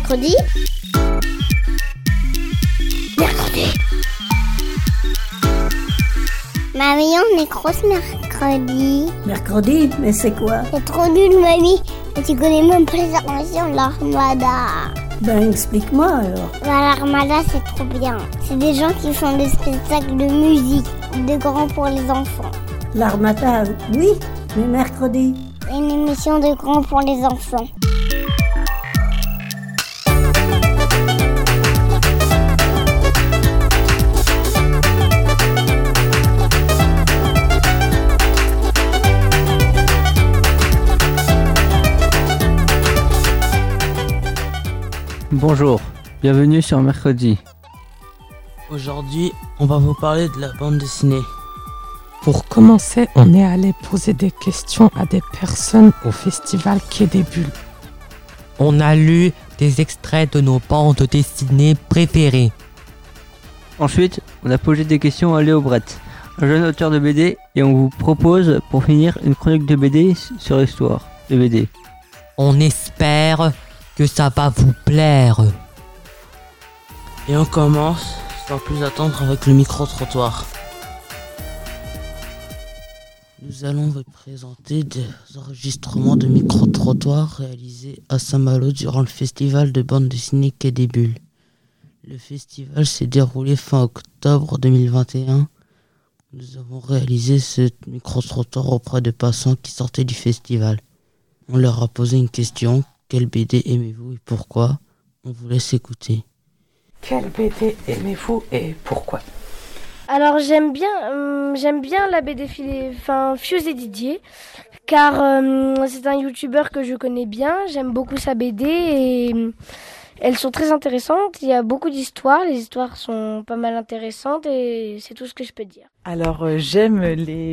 mercredi. Mamie, on est grosse mercredi. Mercredi? Mais c'est quoi? C'est trop nul, mamie. Et tu connais même pas les inventions de l'Armada. Ben, explique-moi alors. L'Armada, c'est trop bien. C'est des gens qui font des spectacles de musique, de grands pour les enfants. L'Armada, oui, mais mercredi. Une émission de grands pour les enfants. Bonjour, bienvenue sur Mercredi. Aujourd'hui, on va vous parler de la bande dessinée. Pour commencer, on est allé poser des questions à des personnes au festival Quai des Bulles. On a lu des extraits de nos bandes dessinées préférées. Ensuite, on a posé des questions à Léo Brett, un jeune auteur de BD, et on vous propose pour finir une chronique de BD sur l'histoire de BD. On espère que ça va vous plaire. Et on commence sans plus attendre avec le micro-trottoir. Nous allons vous présenter des enregistrements de micro-trottoirs réalisés à Saint-Malo durant le festival de bande dessinée Quai des Bulles. Le festival s'est déroulé fin octobre 2021. Nous avons réalisé ce micro-trottoir auprès de passants qui sortaient du festival. On leur a posé une question. Quelle BD aimez-vous et pourquoi? On vous laisse écouter. Quelle BD aimez-vous et pourquoi? Alors j'aime bien la BD Fuse et Didier, car c'est un youtubeur que je connais bien, j'aime beaucoup sa BD et elles sont très intéressantes, il y a beaucoup d'histoires, les histoires sont pas mal intéressantes et c'est tout ce que je peux dire. Alors j'aime les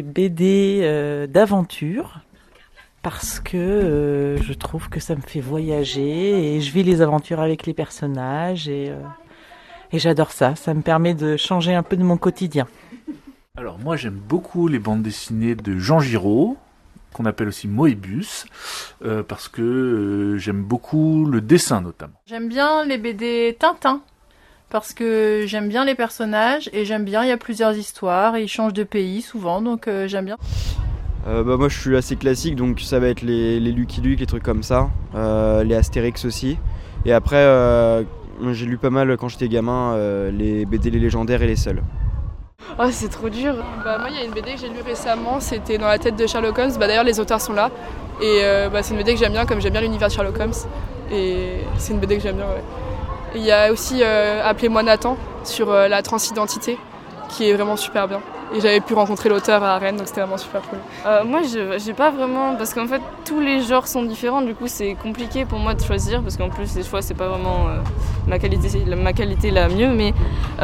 BD d'aventure, parce que je trouve que ça me fait voyager et je vis les aventures avec les personnages et j'adore ça. Ça me permet de changer un peu de mon quotidien. Alors moi j'aime beaucoup les bandes dessinées de Jean Giraud, qu'on appelle aussi Moebius, parce que j'aime beaucoup le dessin notamment. J'aime bien les BD Tintin, parce que j'aime bien les personnages et j'aime bien, il y a plusieurs histoires et ils changent de pays souvent, donc j'aime bien. Moi je suis assez classique, donc ça va être les Lucky Luke, les trucs comme ça, les Astérix aussi. Et après j'ai lu pas mal quand j'étais gamin les BD les légendaires et les seuls. Oh c'est trop dur. Moi il y a une BD que j'ai lue récemment, c'était Dans la tête de Sherlock Holmes. D'ailleurs les auteurs sont là et c'est une BD que j'aime bien, comme j'aime bien l'univers de Sherlock Holmes. Et c'est une BD que j'aime bien, ouais. Et il y a aussi Appelez-moi Nathan sur la transidentité qui est vraiment super bien. Et j'avais pu rencontrer l'auteur à Rennes, donc c'était vraiment super cool. Moi, j'ai pas vraiment... Parce qu'en fait, tous les genres sont différents, du coup, c'est compliqué pour moi de choisir, parce qu'en plus, les choix, c'est pas vraiment ma qualité la mieux, mais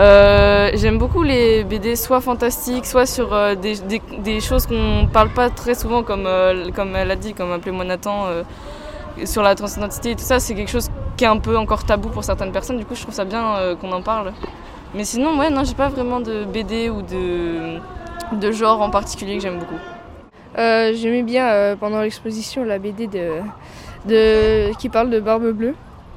j'aime beaucoup les BD soit fantastiques, soit sur des choses qu'on parle pas très souvent, comme elle a dit, comme Appelez-moi Nathan, sur la transidentité et tout ça, c'est quelque chose qui est un peu encore tabou pour certaines personnes, du coup, je trouve ça bien qu'on en parle. Mais sinon, j'ai pas vraiment de BD ou de genre en particulier que j'aime beaucoup. J'aimais bien pendant l'exposition la BD qui parle de Barbe Bleue.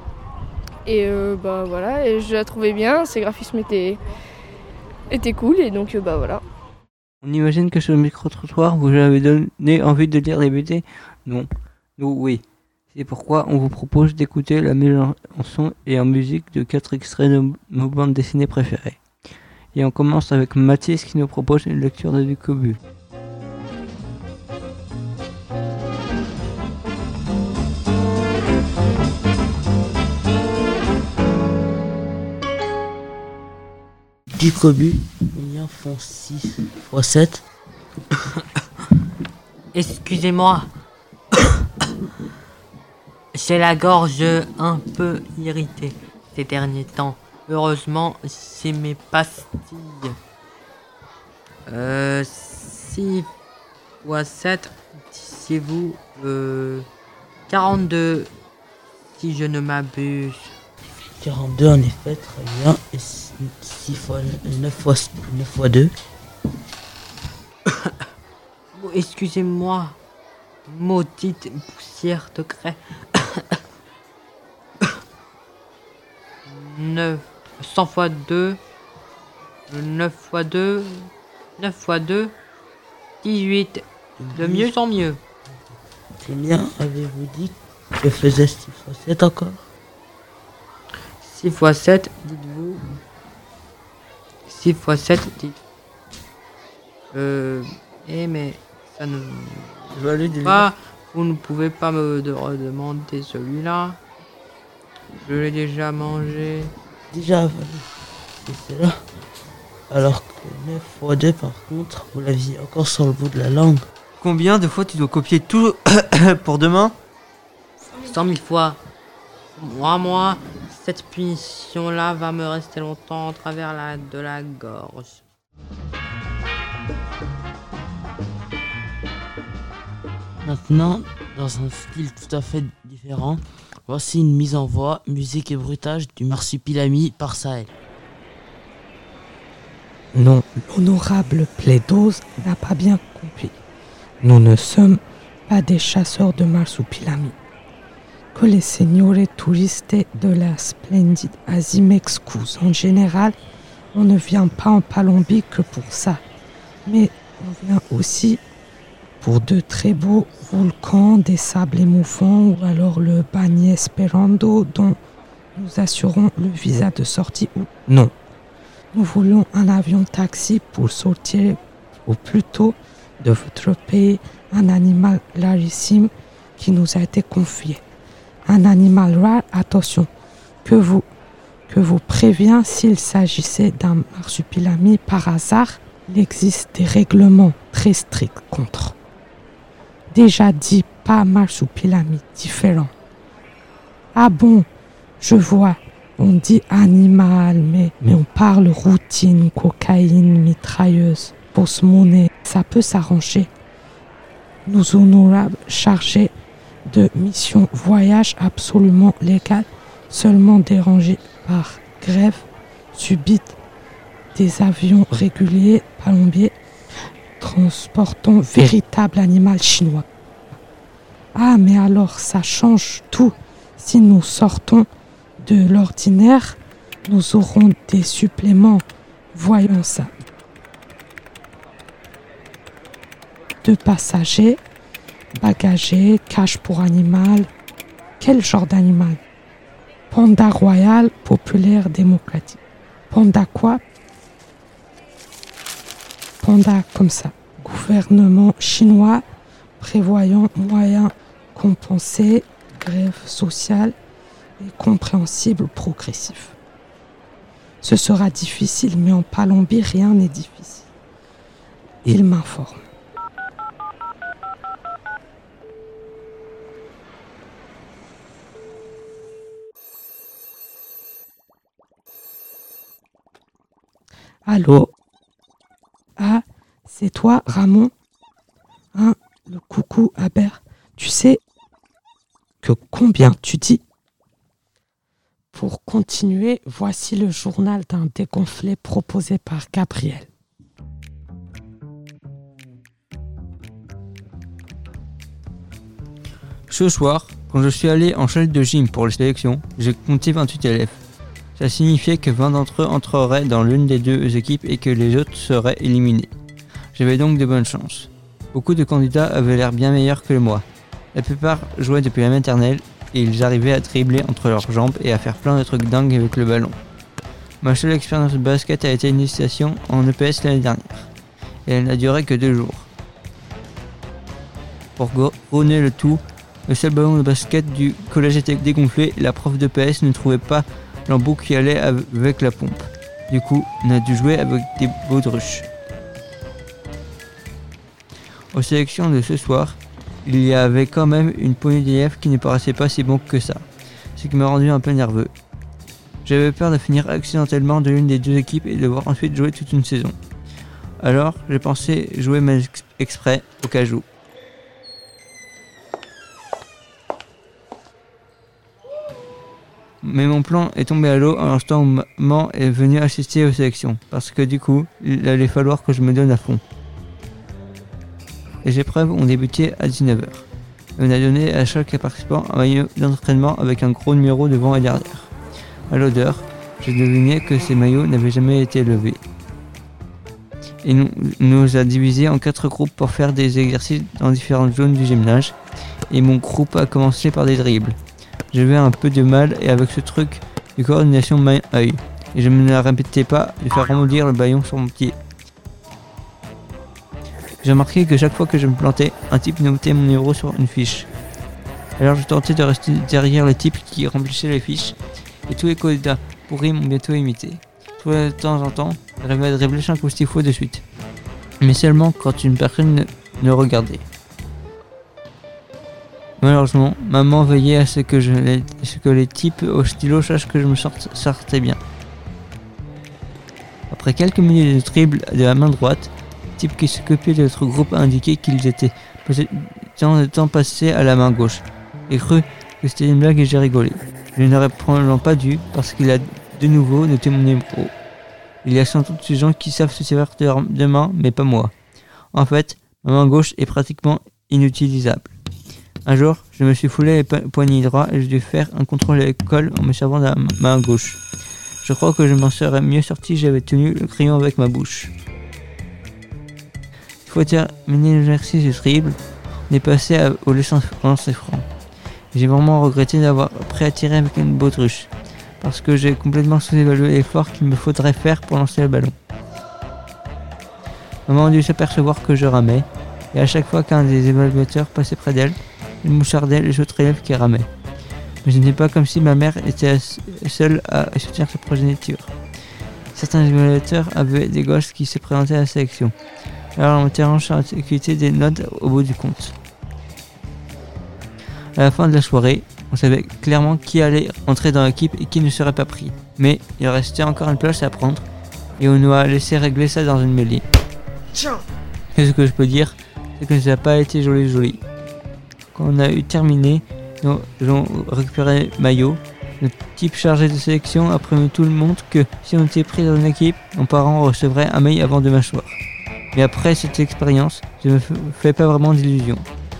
Et voilà, et je la trouvais bien, ses graphismes étaient cool et donc voilà. On imagine que sur le micro-trottoir, vous avez donné envie de lire des BD? Non. Nous, oui. C'est pourquoi on vous propose d'écouter la mélange en son et en musique de 4 extraits de nos bandes dessinées préférées. Et on commence avec Mathis qui nous propose une lecture de Ducobu. Ducobu, les liens font 6 x 7. Excusez-moi. J'ai la gorge un peu irritée ces derniers temps. Heureusement, c'est mes pastilles. 6 x 7, disiez-vous 42, si je ne m'abuse. 42 en effet, très bien. Et 6 fois 9 fois 2. Excusez-moi, maudite poussière de craie. 100 x 2, 9 x 2, 9 x 2, 18. De mieux en mieux. Combien avez-vous dit que faisait 6 x 7 encore? 6 x 7, dites-vous. 6 x 7, dites. Mais ça ne... Je vais aller du vous ne pouvez pas me redemander celui-là. Je l'ai déjà mangé. Déjà avalé. C'est là. Alors que 9 x 2 par contre, vous l'aviez encore sur le bout de la langue. Combien de fois tu dois copier tout pour demain? 100 000 fois. Moi, cette punition-là va me rester longtemps en travers de la gorge. Maintenant, dans un style tout à fait différent, voici une mise en voix, musique et bruitage du Marsupilami par Sahel. Non, l'honorable plaideuse n'a pas bien compris. Nous ne sommes pas des chasseurs de marsupilami. Que les seigneurs touristes de la splendide Asie m'excusent. En général, on ne vient pas en Palombie que pour ça. Mais on vient aussi pour de très beaux volcans, des sables émoussants ou alors le Bagné Esperando dont nous assurons le visa de sortie ou non. Nous voulons un avion taxi pour sortir au plus tôt de votre pays, un animal rarissime qui nous a été confié. Un animal rare, attention, que vous prévient s'il s'agissait d'un marsupilami par hasard, il existe des règlements très stricts contre. Déjà dit, pas marsupilami, différent. Ah bon, je vois, on dit animal, mais on parle routine, cocaïne, mitrailleuse, fausse monnaie, ça peut s'arranger. Nous honorables chargés de mission voyage absolument légal, seulement dérangés par grève subite des avions réguliers palombiers transportant véritable animal chinois. Ah, mais alors ça change tout. Si nous sortons de l'ordinaire, nous aurons des suppléments. Voyons ça. 2 passagers, bagagers, cage pour animal. Quel genre d'animal? Panda royal, populaire, démocratique. Panda quoi? Panda comme ça. Gouvernement chinois prévoyant moyens compensés, grève sociale et compréhensible progressif. Ce sera difficile, mais en Palombie, rien n'est difficile. Il m'informe. Allô? Ah, c'est toi, Ramon? Hein, le coucou, Aber. Tu sais que combien tu dis? Pour continuer, voici le journal d'un dégonflé proposé par Gabriel. Ce soir, quand je suis allé en salle de gym pour les sélections, j'ai compté 28 élèves. Ça signifiait que 20 d'entre eux entreraient dans l'une des 2 équipes et que les autres seraient éliminés. J'avais donc de bonnes chances. Beaucoup de candidats avaient l'air bien meilleurs que moi. La plupart jouaient depuis la maternelle et ils arrivaient à dribbler entre leurs jambes et à faire plein de trucs dingues avec le ballon. Ma seule expérience de basket a été une initiation en EPS l'année dernière. Et elle n'a duré que 2 jours. Pour couronner le tout, le seul ballon de basket du collège était dégonflé et la prof d'EPS ne trouvait pas l'embout qui allait avec la pompe. Du coup, on a dû jouer avec des baudruches. Aux sélections de ce soir, il y avait quand même une poignée d'élèves qui ne paraissaient pas si bons que ça, ce qui m'a rendu un peu nerveux. J'avais peur de finir accidentellement de l'une des 2 équipes et de devoir ensuite jouer toute une saison. Alors, j'ai pensé jouer mes exprès au cas où. Mais mon plan est tombé à l'eau à l'instant où maman est venue assister aux sélections, parce que du coup, il allait falloir que je me donne à fond. Les épreuves ont débuté à 19h. On a donné à chaque participant un maillot d'entraînement avec un gros numéro devant et derrière. À l'odeur, J'ai deviné que ces maillots n'avaient jamais été levés. Et nous a divisés en 4 groupes pour faire des exercices dans différentes zones du gymnase. Et mon groupe a commencé par des dribbles. J'avais un peu de mal et avec ce truc de coordination main-œil. Et je ne répétais pas de faire rebondir le ballon sur mon pied. J'ai remarqué que chaque fois que je me plantais, un type notait mon numéro sur une fiche. Alors je tentais de rester derrière le type qui remplissait les fiches. Et tous les candidats pourris m'ont bientôt imité. De temps en temps, j'arrivais à dribbler 5 ou 6 fois de suite. Mais seulement quand une personne ne regardait. Malheureusement, maman veillait à ce que les types au stylo sachent que je me sortais bien. Après quelques minutes de dribble de la main droite, le type qui s'occupait de notre groupe a indiqué qu'ils étaient tant de temps passé à la main gauche. J'ai cru que c'était une blague et j'ai rigolé. Je n'aurais probablement pas dû parce qu'il a de nouveau noté mon numéro. Il y a sans doute ces gens qui savent se servir de leurs deux mains, mais pas moi. En fait, ma main gauche est pratiquement inutilisable. Un jour, je me suis foulé les poignets droits et j'ai dû faire un contrôle à l'école en me servant de la main gauche. Je crois que je m'en serais mieux sorti si j'avais tenu le crayon avec ma bouche. Il faut terminer l'exercice de dribble. On est passé au lancer franc. J'ai vraiment regretté d'avoir appris à tirer avec une baudruche, parce que j'ai complètement sous-évalué l'effort qu'il me faudrait faire pour lancer le ballon. Maman a dû s'apercevoir que je ramais, et à chaque fois qu'un des évaluateurs passait près d'elle, il mouchardait les autres élèves qui ramaient. Mais ce n'est pas comme si ma mère était seule à soutenir sa progéniture. Certains évaluateurs avaient des gosses qui se présentaient à la sélection, alors on m'interroge sur l'activité des notes au bout du compte. À la fin de la soirée, on savait clairement qui allait entrer dans l'équipe et qui ne serait pas pris. Mais il restait encore une place à prendre et on nous a laissé régler ça dans une mêlée. Et ce que je peux dire, c'est que ça n'a pas été joli. Quand on a eu terminé, nous avons récupéré le maillot. Le type chargé de sélection a prévenu tout le monde que si on était pris dans une équipe, nos parents recevraient un mail avant de m'asseoir. Mais après cette expérience, je ne me fais pas vraiment d'illusions.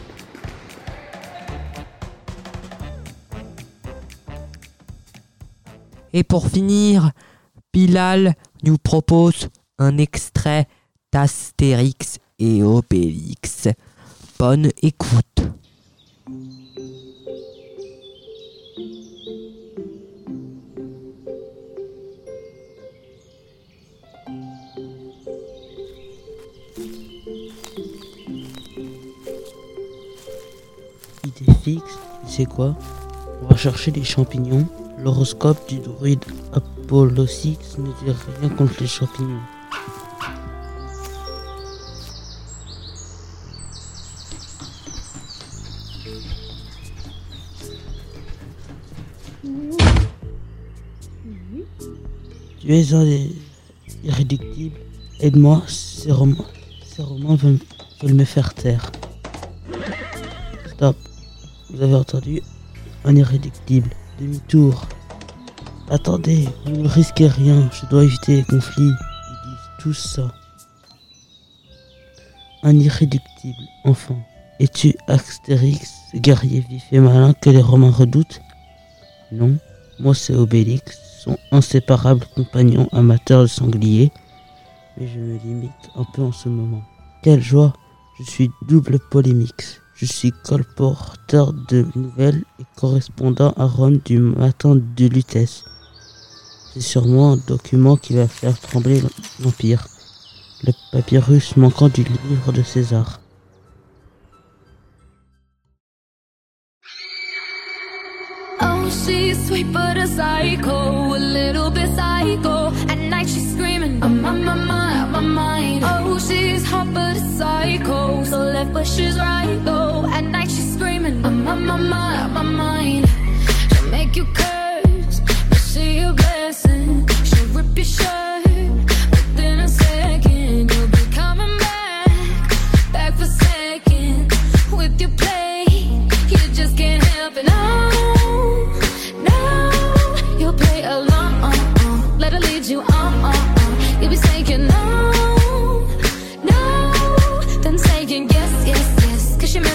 Et pour finir, Bilal nous propose un extrait d'Astérix et Obélix. Bonne écoute. Idée fixe, c'est quoi? On va chercher des champignons. L'horoscope du druide Apollo 6 ne dit rien contre les champignons. Tu es un des irréductibles. Aide-moi, ces romans veulent me faire taire. Stop. Vous avez entendu? Un irréductible. Demi-tour. Attendez, vous ne risquez rien, je dois éviter les conflits. Ils disent tous ça. Un irréductible, enfant. Es-tu Astérix, ce guerrier vif et malin que les Romains redoutent? Non, moi c'est Obélix, son inséparable compagnon amateur de sangliers. Mais je me limite un peu en ce moment. Quelle joie, je suis double polémique. Je suis colporteur de nouvelles et correspondant à Rome du matin de Lutèce. C'est sûrement un document qui va faire trembler l'Empire. Le papyrus manquant du livre de César. Oh, she's sweet but a psycho, a little bit psycho. At night she's screaming, I'm on my mind. Oh, she's hot but a psycho, so left but she's right though. At night she's screaming, I'm on my mind. She'll make you curse, but see a blessing. She'll rip your shirt, within a second you'll be coming back for second. With your play, you just can't help it. No, you'll play along, let her lead you on. You'll be saying no, then saying yes, cause she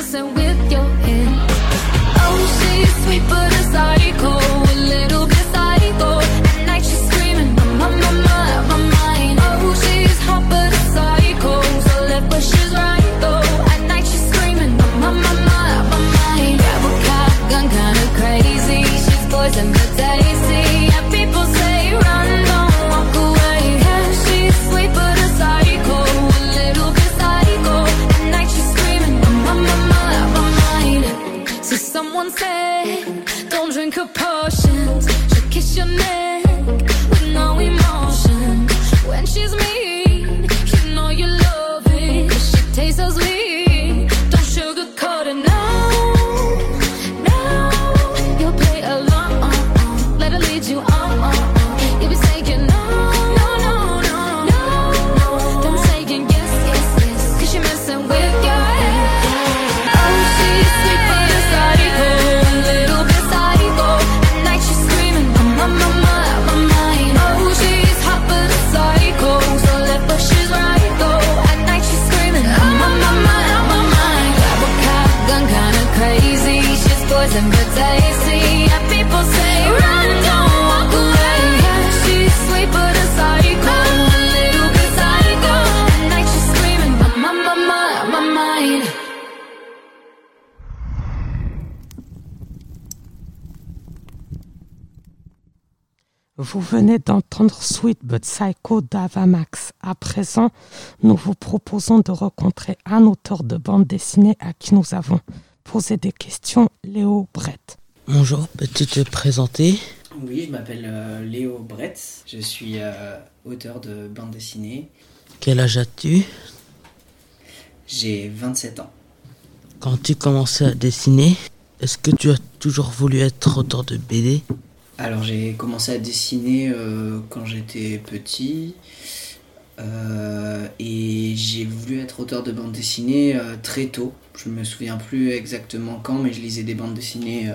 Vous venez d'entendre Sweet But Psycho d'Ava Max. À présent, nous vous proposons de rencontrer un auteur de bande dessinée à qui nous avons posé des questions, Léo Brett. Bonjour, peux-tu te présenter? Oui, je m'appelle Léo Brett, je suis auteur de bande dessinée. Quel âge as-tu? J'ai 27 ans. Quand tu commençais à dessiner, est-ce que tu as toujours voulu être auteur de BD? Alors j'ai commencé à dessiner quand j'étais petit et j'ai voulu être auteur de bande dessinée très tôt. Je me souviens plus exactement quand, mais je lisais des bandes dessinées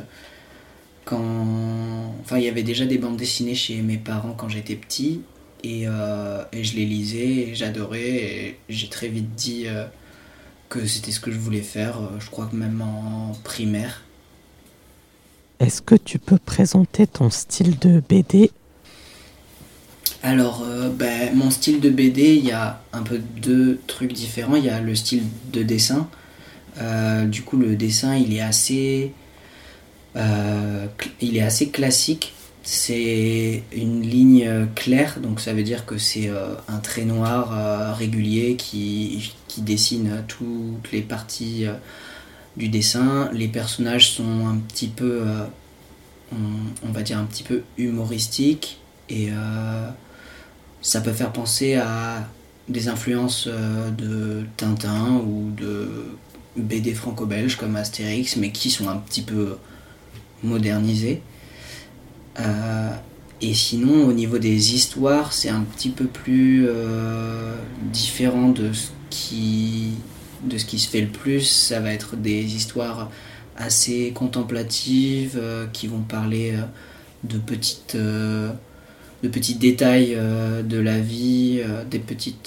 Enfin, il y avait déjà des bandes dessinées chez mes parents quand j'étais petit et je les lisais et j'adorais et j'ai très vite dit que c'était ce que je voulais faire, je crois que même en primaire. Est-ce que tu peux présenter ton style de BD? Alors, mon style de BD, il y a un peu deux trucs différents. Il y a le style de dessin. Du coup, le dessin, il est assez classique. C'est une ligne claire, donc ça veut dire que c'est un trait noir régulier qui dessine toutes les parties du dessin. Les personnages sont un petit peu, on va dire un petit peu humoristiques et ça peut faire penser à des influences de Tintin ou de BD franco-belge comme Astérix, mais qui sont un petit peu modernisées. Et sinon, au niveau des histoires, c'est un petit peu plus différent de ce qui se fait le plus. Ça va être des histoires assez contemplatives qui vont parler de petits détails de la vie, des petites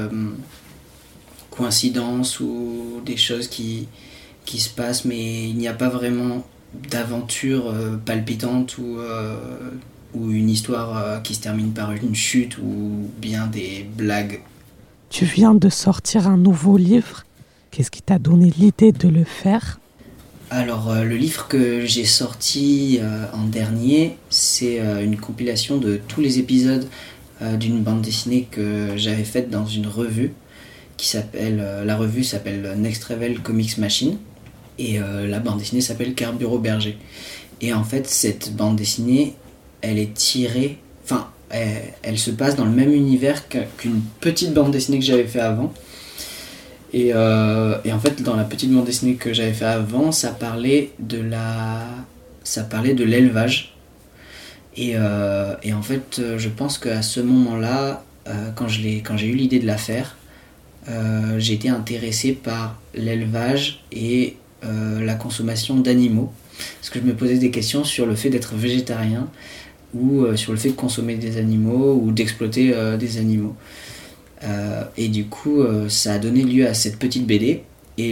coïncidences ou des choses qui se passent, mais il n'y a pas vraiment d'aventure palpitante ou une histoire qui se termine par une chute ou bien des blagues. Tu viens de sortir un nouveau livre. Qu'est-ce qui t'a donné l'idée de le faire? Alors, le livre que j'ai sorti en dernier, c'est une compilation de tous les épisodes d'une bande dessinée que j'avais faite dans une revue qui s'appelle, la revue s'appelle Next Level Comics Machine et la bande dessinée s'appelle Carburo Berger. Et en fait, cette bande dessinée, elle est tirée, enfin, elle se passe dans le même univers qu'une petite bande dessinée que j'avais fait avant. Et en fait, dans la petite bande dessinée que j'avais fait avant, ça parlait de l'élevage. Et en fait, je pense qu'à ce moment-là, quand j'ai eu l'idée de la faire, j'ai été intéressé par l'élevage et la consommation d'animaux. Parce que je me posais des questions sur le fait d'être végétarien ou sur le fait de consommer des animaux ou d'exploiter des animaux. Et du coup, ça a donné lieu à cette petite BD. Et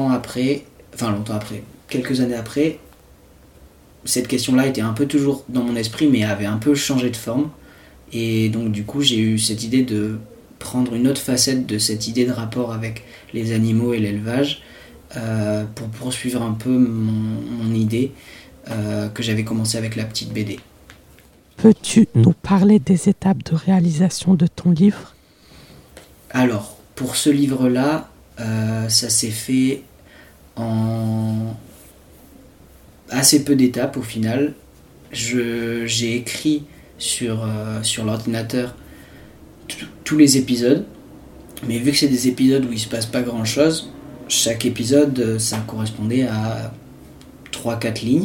quelques années après, cette question-là était un peu toujours dans mon esprit, mais avait un peu changé de forme. Et donc du coup, j'ai eu cette idée de prendre une autre facette de cette idée de rapport avec les animaux et l'élevage pour poursuivre un peu mon idée que j'avais commencé avec la petite BD. Peux-tu nous parler des étapes de réalisation de ton livre? Alors, pour ce livre-là, ça s'est fait en assez peu d'étapes au final. J'ai écrit sur l'ordinateur tous les épisodes, mais vu que c'est des épisodes où il se passe pas grand-chose, chaque épisode, ça correspondait à 3-4 lignes.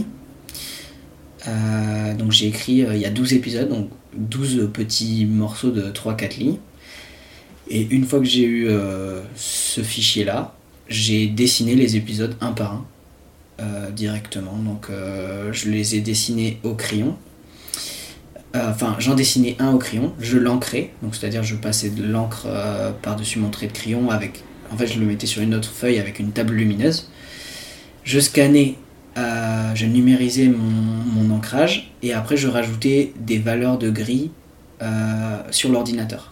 Donc j'ai écrit, il y a 12 épisodes, donc 12 petits morceaux de 3-4 lignes. Et une fois que j'ai eu ce fichier-là, j'ai dessiné les épisodes un par un directement. Donc je les ai dessinés au crayon. J'en dessinais un au crayon, je l'encrais, donc c'est-à-dire je passais de l'encre par-dessus mon trait de crayon je le mettais sur une autre feuille avec une table lumineuse. Je scannais, je numérisais mon ancrage et après je rajoutais des valeurs de gris sur l'ordinateur.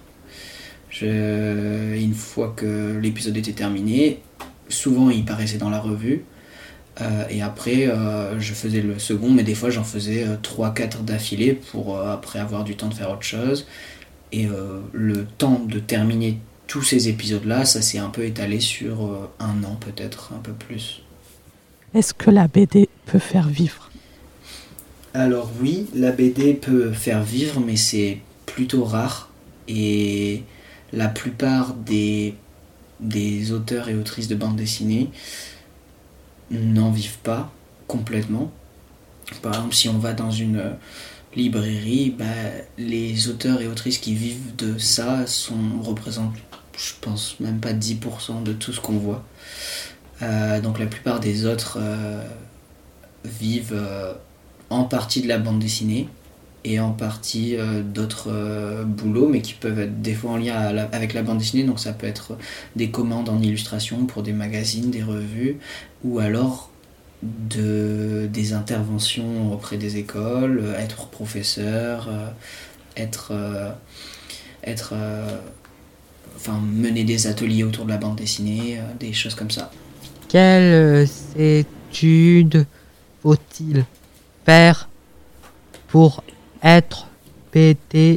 Une fois que l'épisode était terminé, souvent il paraissait dans la revue, Et après, je faisais le second, mais des fois j'en faisais 3-4 d'affilée pour après avoir du temps de faire autre chose. Et le temps de terminer tous ces épisodes-là, ça s'est un peu étalé sur 1 an peut-être, un peu plus. Est-ce que la BD peut faire vivre ? Alors oui, la BD peut faire vivre, mais c'est plutôt rare. Et la plupart des auteurs et autrices de bande dessinée n'en vivent pas complètement. Par exemple, si on va dans une librairie, les auteurs et autrices qui vivent de ça représentent, je pense, même pas 10% de tout ce qu'on voit. Donc la plupart des autres vivent en partie de la bande dessinée et en partie d'autres boulots, mais qui peuvent être des fois en lien avec la bande dessinée. Donc ça peut être des commandes en illustration pour des magazines, des revues, ou alors des interventions auprès des écoles, être professeur, mener des ateliers autour de la bande dessinée, des choses comme ça. Quelles études faut-il faire pour être BDiste ?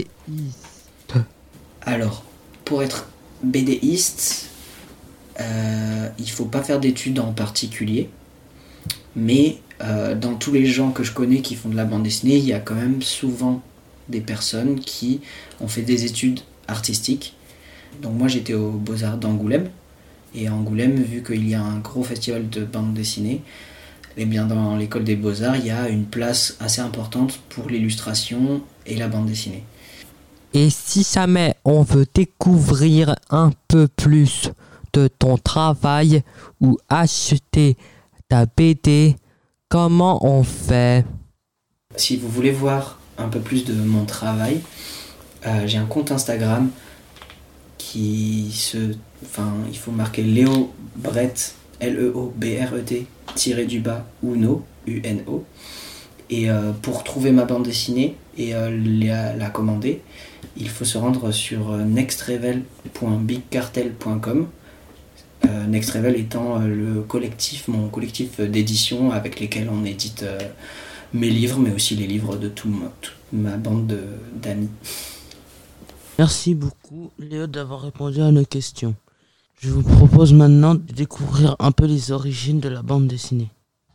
Alors, pour être BDiste, il faut pas faire d'études en particulier, mais dans tous les gens que je connais qui font de la bande dessinée, il y a quand même souvent des personnes qui ont fait des études artistiques. Donc moi j'étais aux Beaux-Arts d'Angoulême, et à Angoulême, vu qu'il y a un gros festival de bande dessinée, eh bien dans l'école des Beaux-Arts, il y a une place assez importante pour l'illustration et la bande dessinée. Et si jamais on veut découvrir un peu plus de ton travail ou acheter ta BD, comment on fait ? Si vous voulez voir un peu plus de mon travail, j'ai un compte Instagram il faut marquer Léo Brett, Leobret, _Uno, UNO. Et pour trouver ma bande dessinée et la commander, il faut se rendre sur nextrevel.bigcartel.com. Nextrevel étant mon collectif d'édition avec lesquels on édite mes livres, mais aussi les livres de toute ma bande d'amis. Merci beaucoup Léo d'avoir répondu à nos questions. Je vous propose maintenant de découvrir un peu les origines de la bande dessinée.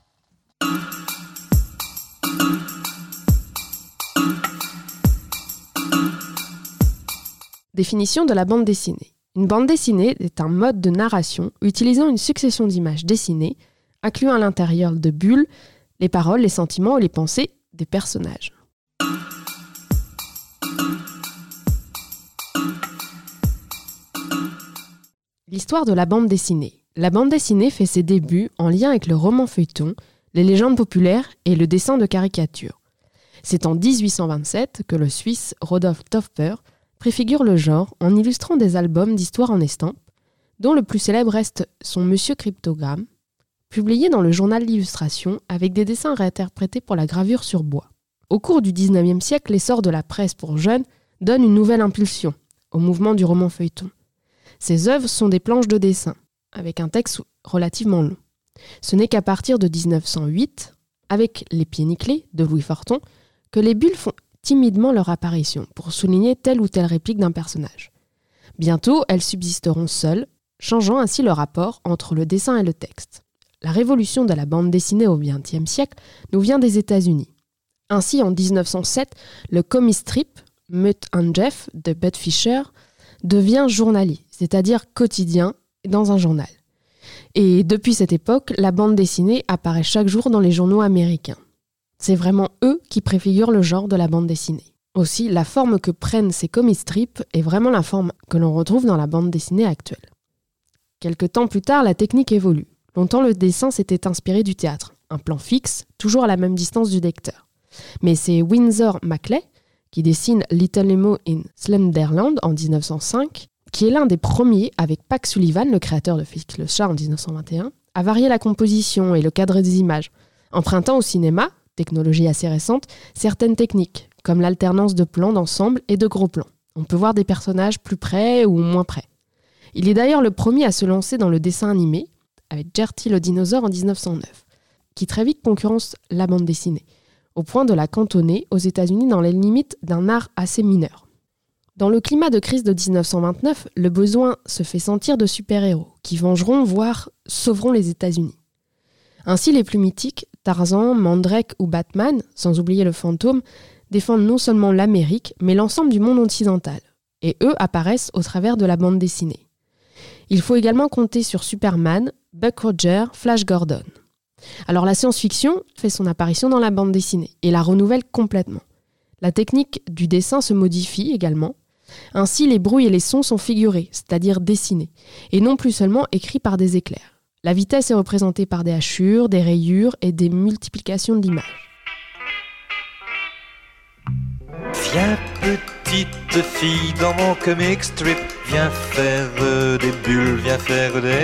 Définition de la bande dessinée. Une bande dessinée est un mode de narration utilisant une succession d'images dessinées, incluant à l'intérieur de bulles les paroles, les sentiments et les pensées des personnages. L'histoire de la bande dessinée. La bande dessinée fait ses débuts en lien avec le roman feuilleton, les légendes populaires et le dessin de caricature. C'est en 1827 que le Suisse Rodolphe Topfer préfigure le genre en illustrant des albums d'histoires en estampes, dont le plus célèbre reste son Monsieur Cryptogramme, publié dans le journal d'illustration avec des dessins réinterprétés pour la gravure sur bois. Au cours du XIXe siècle, l'essor de la presse pour jeunes donne une nouvelle impulsion au mouvement du roman feuilleton. Ces œuvres sont des planches de dessin, avec un texte relativement long. Ce n'est qu'à partir de 1908, avec Les Pieds nickelés de Louis Forton, que les bulles font timidement leur apparition pour souligner telle ou telle réplique d'un personnage. Bientôt, elles subsisteront seules, changeant ainsi le rapport entre le dessin et le texte. La révolution de la bande dessinée au XXe siècle nous vient des États-Unis. Ainsi, en 1907, le comic strip Mutt and Jeff de Bud Fisher devient journalier, c'est-à-dire quotidien dans un journal. Et depuis cette époque, la bande dessinée apparaît chaque jour dans les journaux américains. C'est vraiment eux qui préfigurent le genre de la bande dessinée. Aussi, la forme que prennent ces comic strips est vraiment la forme que l'on retrouve dans la bande dessinée actuelle. Quelque temps plus tard, la technique évolue. Longtemps, le dessin s'était inspiré du théâtre, un plan fixe, toujours à la même distance du lecteur. Mais c'est Winsor McCay, qui dessine Little Nemo in Slumberland en 1905, qui est l'un des premiers, avec Pax Sullivan, le créateur de Félix le Chat en 1921, à varier la composition et le cadre des images, empruntant au cinéma, technologie assez récente, certaines techniques, comme l'alternance de plans d'ensemble et de gros plans. On peut voir des personnages plus près ou moins près. Il est d'ailleurs le premier à se lancer dans le dessin animé, avec Gertie le dinosaure en 1909. qui très vite concurrence la bande dessinée, au point de la cantonner aux États-Unis dans les limites d'un art assez mineur. Dans le climat de crise de 1929, le besoin se fait sentir de super-héros qui vengeront, voire sauveront les États-Unis. Ainsi, les plus mythiques, Tarzan, Mandrake ou Batman, sans oublier le fantôme, défendent non seulement l'Amérique, mais l'ensemble du monde occidental. Et eux apparaissent au travers de la bande dessinée. Il faut également compter sur Superman, Buck Rogers, Flash Gordon. Alors la science-fiction fait son apparition dans la bande dessinée et la renouvelle complètement. La technique du dessin se modifie également. Ainsi, les bruits et les sons sont figurés, c'est-à-dire dessinés, et non plus seulement écrits par des éclairs. La vitesse est représentée par des hachures, des rayures et des multiplications d'images. Viens petite fille dans mon comic strip, viens faire des bulles, viens faire des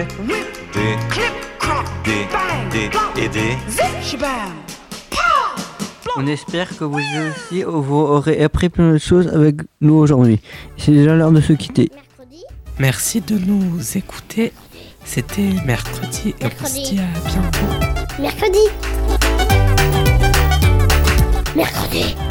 On espère que vous aussi vous aurez appris plein de choses avec nous aujourd'hui. C'est déjà l'heure de se quitter. Merci de nous écouter. C'était mercredi et on se dit à bientôt. Mercredi.